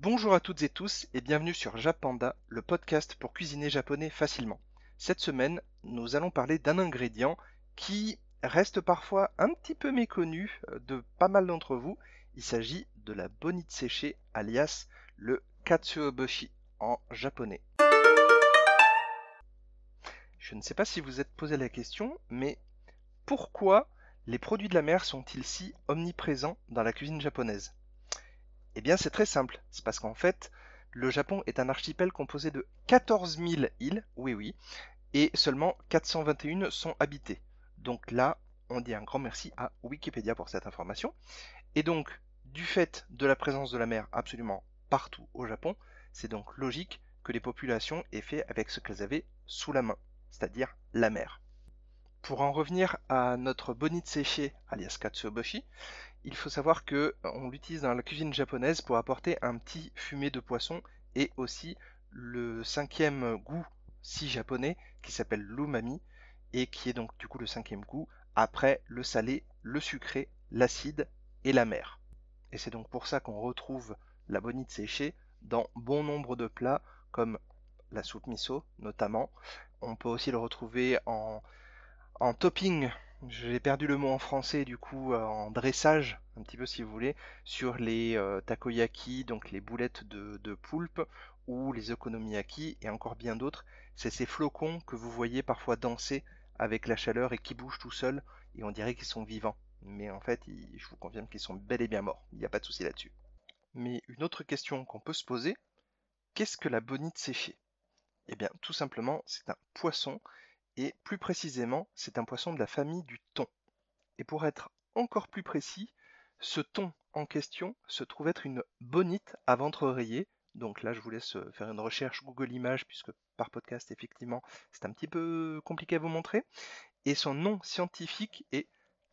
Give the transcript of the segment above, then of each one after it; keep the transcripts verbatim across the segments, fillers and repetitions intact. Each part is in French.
Bonjour à toutes et tous et bienvenue sur Japanda, le podcast pour cuisiner japonais facilement. Cette semaine, nous allons parler d'un ingrédient qui reste parfois un petit peu méconnu de pas mal d'entre vous. Il s'agit de la bonite séchée, alias le katsuobushi en japonais. Je ne sais pas si vous êtes posé la question, mais pourquoi les produits de la mer sont-ils si omniprésents dans la cuisine japonaise? Eh bien, c'est très simple. C'est parce qu'en fait, le Japon est un archipel composé de quatorze mille îles, oui oui, et seulement quatre cent vingt et un sont habitées. Donc là, on dit un grand merci à Wikipédia pour cette information. Et donc, du fait de la présence de la mer absolument partout au Japon, c'est donc logique que les populations aient fait avec ce qu'elles avaient sous la main, c'est-à-dire la mer. Pour en revenir à notre bonite séchée, alias katsuobushi, il faut savoir que on l'utilise dans la cuisine japonaise pour apporter un petit fumet de poisson et aussi le cinquième goût si japonais qui s'appelle l'umami et qui est donc du coup le cinquième goût après le salé, le sucré, l'acide et la mer. Et c'est donc pour ça qu'on retrouve la bonite séchée dans bon nombre de plats comme la soupe miso notamment. On peut aussi le retrouver en en topping, j'ai perdu le mot en français, du coup euh, en dressage, un petit peu si vous voulez, sur les euh, takoyaki, donc les boulettes de, de poulpe, ou les okonomiyaki, et encore bien d'autres. C'est ces flocons que vous voyez parfois danser avec la chaleur et qui bougent tout seuls, et on dirait qu'ils sont vivants. Mais en fait, ils- je vous confirme qu'ils sont bel et bien morts, il n'y a pas de souci là-dessus. Mais une autre question qu'on peut se poser, qu'est-ce que la bonite séchée? Eh bien, tout simplement, c'est un poisson et plus précisément, c'est un poisson de la famille du thon. Et pour être encore plus précis, ce thon en question se trouve être une bonite à ventre rayé. Donc là, je vous laisse faire une recherche Google Images, puisque par podcast, effectivement, c'est un petit peu compliqué à vous montrer. Et son nom scientifique est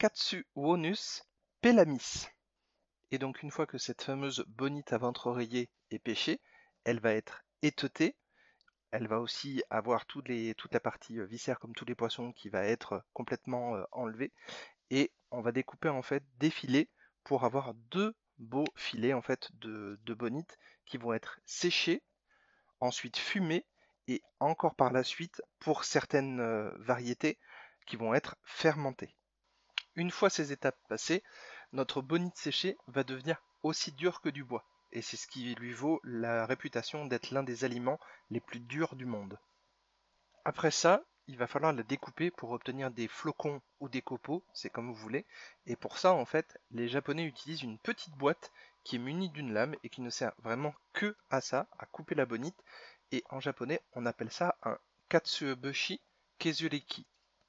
Katsuonus pelamis. Et donc, une fois que cette fameuse bonite à ventre rayé est pêchée, elle va être éteutée. Elle va aussi avoir toutes les, toute la partie euh, viscère comme tous les poissons qui va être complètement euh, enlevée. Et on va découper en fait des filets pour avoir deux beaux filets en fait de, de bonite qui vont être séchés, ensuite fumés et encore par la suite pour certaines euh, variétés qui vont être fermentées. Une fois ces étapes passées, notre bonite séchée va devenir aussi dure que du bois. Et c'est ce qui lui vaut la réputation d'être l'un des aliments les plus durs du monde. Après ça, il va falloir la découper pour obtenir des flocons ou des copeaux, c'est comme vous voulez. Et pour ça, en fait, les Japonais utilisent une petite boîte qui est munie d'une lame et qui ne sert vraiment que à ça, à couper la bonite. Et en japonais, on appelle ça un katsuobushi kezuriki.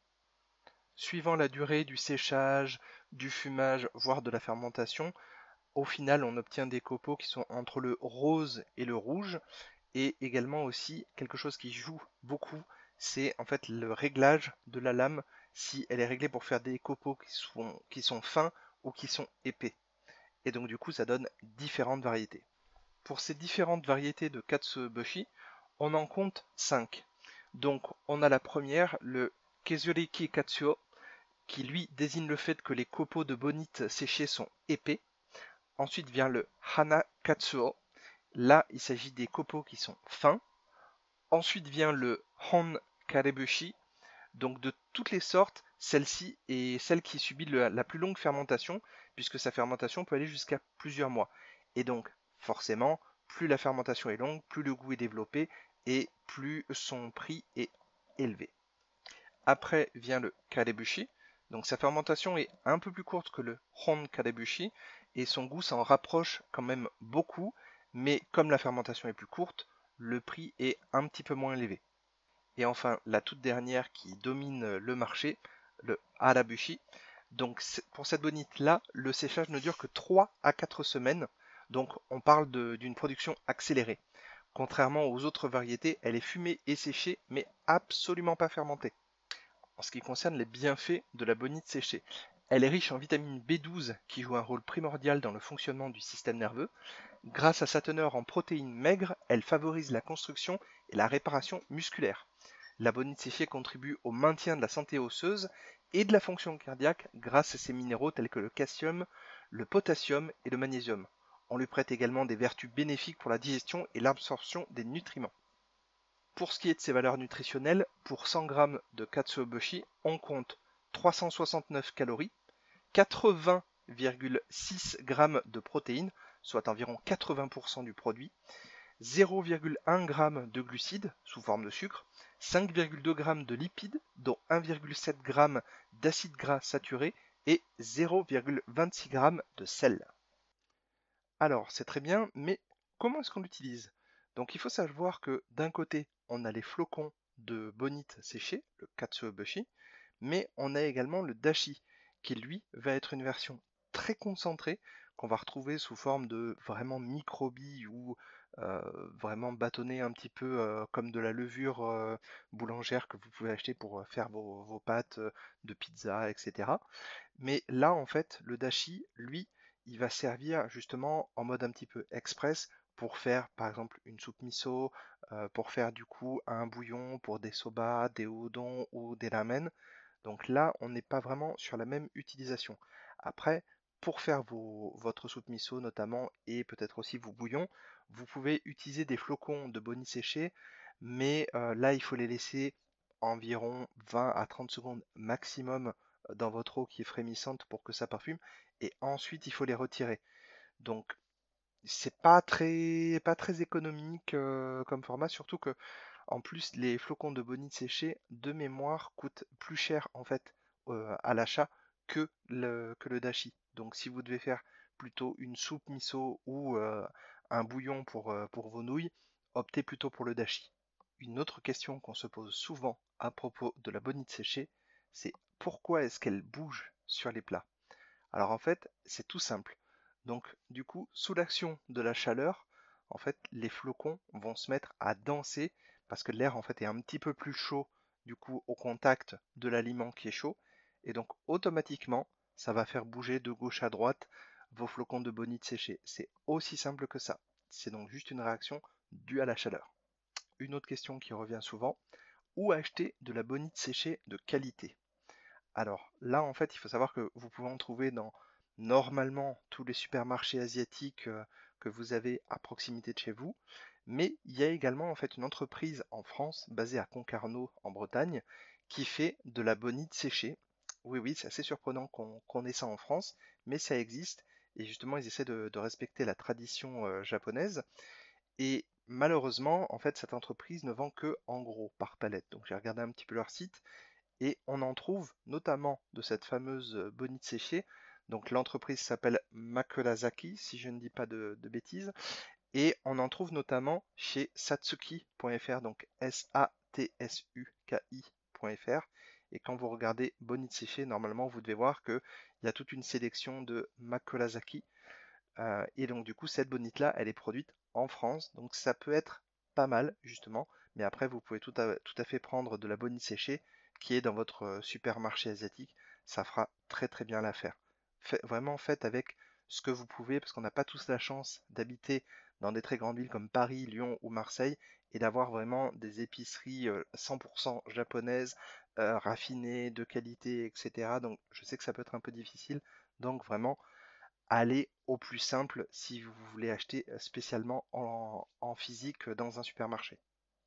Suivant la durée du séchage, du fumage, voire de la fermentation, au final, on obtient des copeaux qui sont entre le rose et le rouge, et également aussi quelque chose qui joue beaucoup, c'est en fait le réglage de la lame, si elle est réglée pour faire des copeaux qui sont, qui sont fins ou qui sont épais. Et donc du coup, ça donne différentes variétés. Pour ces différentes variétés de katsuobushi, on en compte cinq. Donc on a la première, le Kezuriki Katsuo, qui lui désigne le fait que les copeaux de bonite séchés sont épais. Ensuite vient le Hana Katsuo. Là, il s'agit des copeaux qui sont fins. Ensuite vient le Hon Karebushi. Donc de toutes les sortes, celle-ci est celle qui subit le- la plus longue fermentation, puisque sa fermentation peut aller jusqu'à plusieurs mois. Et donc, forcément, plus la fermentation est longue, plus le goût est développé, et plus son prix est élevé. Après vient le Karebushi. Donc sa fermentation est un peu plus courte que le Hon Karebushi, et son goût s'en rapproche quand même beaucoup, mais comme la fermentation est plus courte, le prix est un petit peu moins élevé. Et enfin, la toute dernière qui domine le marché, le Harabushi. Donc pour cette bonite-là, le séchage ne dure que trois à quatre semaines, donc on parle d'une production accélérée. Contrairement aux autres variétés, elle est fumée et séchée, mais absolument pas fermentée. En ce qui concerne les bienfaits de la bonite séchée, elle est riche en vitamine B douze qui joue un rôle primordial dans le fonctionnement du système nerveux. Grâce à sa teneur en protéines maigres, elle favorise la construction et la réparation musculaire. La bonite séchée contribue au maintien de la santé osseuse et de la fonction cardiaque grâce à ses minéraux tels que le calcium, le potassium et le magnésium. On lui prête également des vertus bénéfiques pour la digestion et l'absorption des nutriments. Pour ce qui est de ses valeurs nutritionnelles, pour cent grammes de katsuobushi, on compte trois cent soixante-neuf calories, quatre-vingts virgule six grammes de protéines, soit environ quatre-vingts pour cent du produit, zéro virgule un g de glucides sous forme de sucre, cinq virgule deux g de lipides, dont un virgule sept g d'acides gras saturés et zéro virgule vingt-six g de sel. Alors, c'est très bien, mais comment est-ce qu'on l'utilise? Donc, il faut savoir que d'un côté, on a les flocons de bonite séchés, le katsuobushi, mais on a également le dashi, qui lui va être une version très concentrée qu'on va retrouver sous forme de vraiment microbilles ou euh, vraiment bâtonné un petit peu euh, comme de la levure euh, boulangère que vous pouvez acheter pour euh, faire vos, vos pâtes euh, de pizza, et cetera. Mais là, en fait, le dashi, lui, il va servir justement en mode un petit peu express pour faire par exemple une soupe miso, euh, pour faire du coup un bouillon pour des soba, des udon ou des ramen. Donc là, on n'est pas vraiment sur la même utilisation. Après, pour faire vos- votre soupe miso notamment et peut-être aussi vos bouillons, vous pouvez utiliser des flocons de boni séchés, mais euh, là, il faut les laisser environ vingt à trente secondes maximum euh, dans votre eau qui est frémissante pour que ça parfume, et ensuite il faut les retirer. Donc c'est pas très pas très économique euh, comme format, surtout que en plus, les flocons de bonite séchés, de mémoire, coûtent plus cher en fait euh, à l'achat que le, que le dashi. Donc si vous devez faire plutôt une soupe miso ou euh, un bouillon pour, euh, pour vos nouilles, optez plutôt pour le dashi. Une autre question qu'on se pose souvent à propos de la bonite séchée, c'est pourquoi est-ce qu'elle bouge sur les plats? Alors en fait, c'est tout simple. Donc du coup, sous l'action de la chaleur, en fait, les flocons vont se mettre à danser parce que l'air en fait est un petit peu plus chaud du coup au contact de l'aliment qui est chaud et donc automatiquement, ça va faire bouger de gauche à droite vos flocons de bonite séchés. C'est aussi simple que ça. C'est donc juste une réaction due à la chaleur. Une autre question qui revient souvent, où acheter de la bonite séchée de qualité? Alors là, en fait, il faut savoir que vous pouvez en trouver dans normalement tous les supermarchés asiatiques euh, que vous avez à proximité de chez vous, mais il y a également en fait une entreprise en France basée à Concarneau en Bretagne qui fait de la bonite séchée. Oui, oui, c'est assez surprenant qu'on qu'on ait ça en France, mais ça existe et justement ils essaient de, de respecter la tradition euh, japonaise. Et malheureusement, en fait, cette entreprise ne vend que en gros par palette. Donc j'ai regardé un petit peu leur site et on en trouve notamment de cette fameuse euh, bonite séchée. Donc l'entreprise s'appelle Makurazaki, si je ne dis pas de, de bêtises. Et on en trouve notamment chez satsuki point f r, donc S A T S U K I.fr. Et quand vous regardez bonite séchée, normalement vous devez voir qu'il y a toute une sélection de Makurazaki. Euh, et donc du coup, cette bonite-là, elle est produite en France. Donc ça peut être pas mal, justement. Mais après, vous pouvez tout à, tout à fait prendre de la bonite séchée qui est dans votre euh, supermarché asiatique. Ça fera très très bien l'affaire. Fait- vraiment, faites avec ce que vous pouvez, parce qu'on n'a pas tous la chance d'habiter dans des très grandes villes comme Paris, Lyon ou Marseille, et d'avoir vraiment des épiceries euh, cent pour cent japonaises, euh, raffinées, de qualité, et cetera. Donc je sais que ça peut être un peu difficile. Donc vraiment, allez au plus simple si vous voulez acheter euh, spécialement en, en physique euh, dans un supermarché.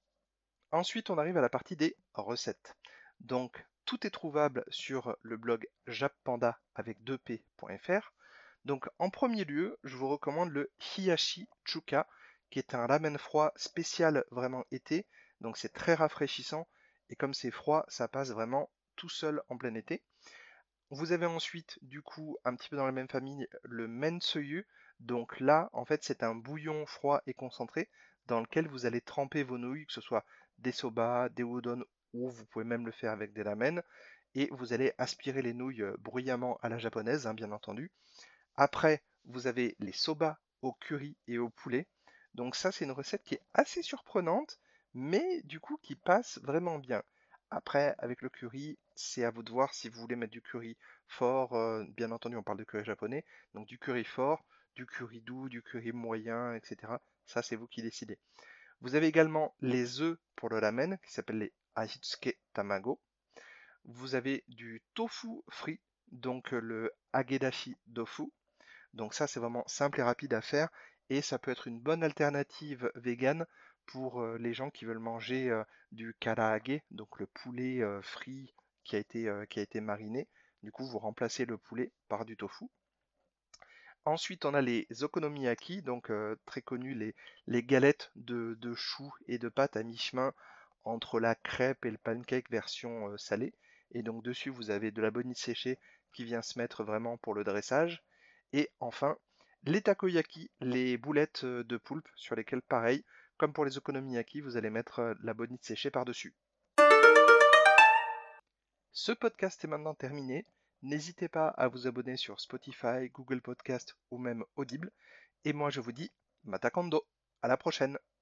Ensuite, on arrive à la partie des recettes. Donc, tout est trouvable sur le blog jappanda avec deux p.fr. Donc, en premier lieu, je vous recommande le Hiyashi Chuka, qui est un ramen froid spécial vraiment été. Donc, c'est très rafraîchissant et comme c'est froid, ça passe vraiment tout seul en plein été. Vous avez ensuite, du coup, un petit peu dans la même famille, le mensoyu. Donc là, en fait, c'est un bouillon froid et concentré dans lequel vous allez tremper vos nouilles, que ce soit des soba, des udon, ou vous pouvez même le faire avec des ramen. Et vous allez aspirer les nouilles euh, bruyamment à la japonaise, hein, bien entendu. Après, vous avez les soba au curry et au poulet. Donc ça, c'est une recette qui est assez surprenante, mais du coup qui passe vraiment bien. Après, avec le curry, c'est à vous de voir si vous voulez mettre du curry fort. euh, bien entendu, on parle de curry japonais, donc du curry fort, du curry doux, du curry moyen, et cetera. Ça, c'est vous qui décidez. Vous avez également les œufs pour le ramen, qui s'appellent les Ahitsuke Tamago. Vous avez du tofu frit, donc euh, le Agedashi Tofu. Donc ça, c'est vraiment simple et rapide à faire et ça peut être une bonne alternative végane pour euh, les gens qui veulent manger euh, du karaage, donc le poulet euh, frit qui a été, euh, qui a été mariné. Du coup, vous remplacez le poulet par du tofu. Ensuite, on a les okonomiyaki, donc euh, très connus, les, les galettes de, de choux et de pâte à mi-chemin entre la crêpe et le pancake version euh, salée. Et donc dessus, vous avez de la bonite séchée qui vient se mettre vraiment pour le dressage. Et enfin, les takoyaki, les boulettes euh, de poulpe sur lesquelles, pareil, comme pour les okonomiyaki, vous allez mettre euh, la bonite séchée par-dessus. Ce podcast est maintenant terminé. N'hésitez pas à vous abonner sur Spotify, Google Podcast ou même Audible. Et moi je vous dis Matakando. À la prochaine.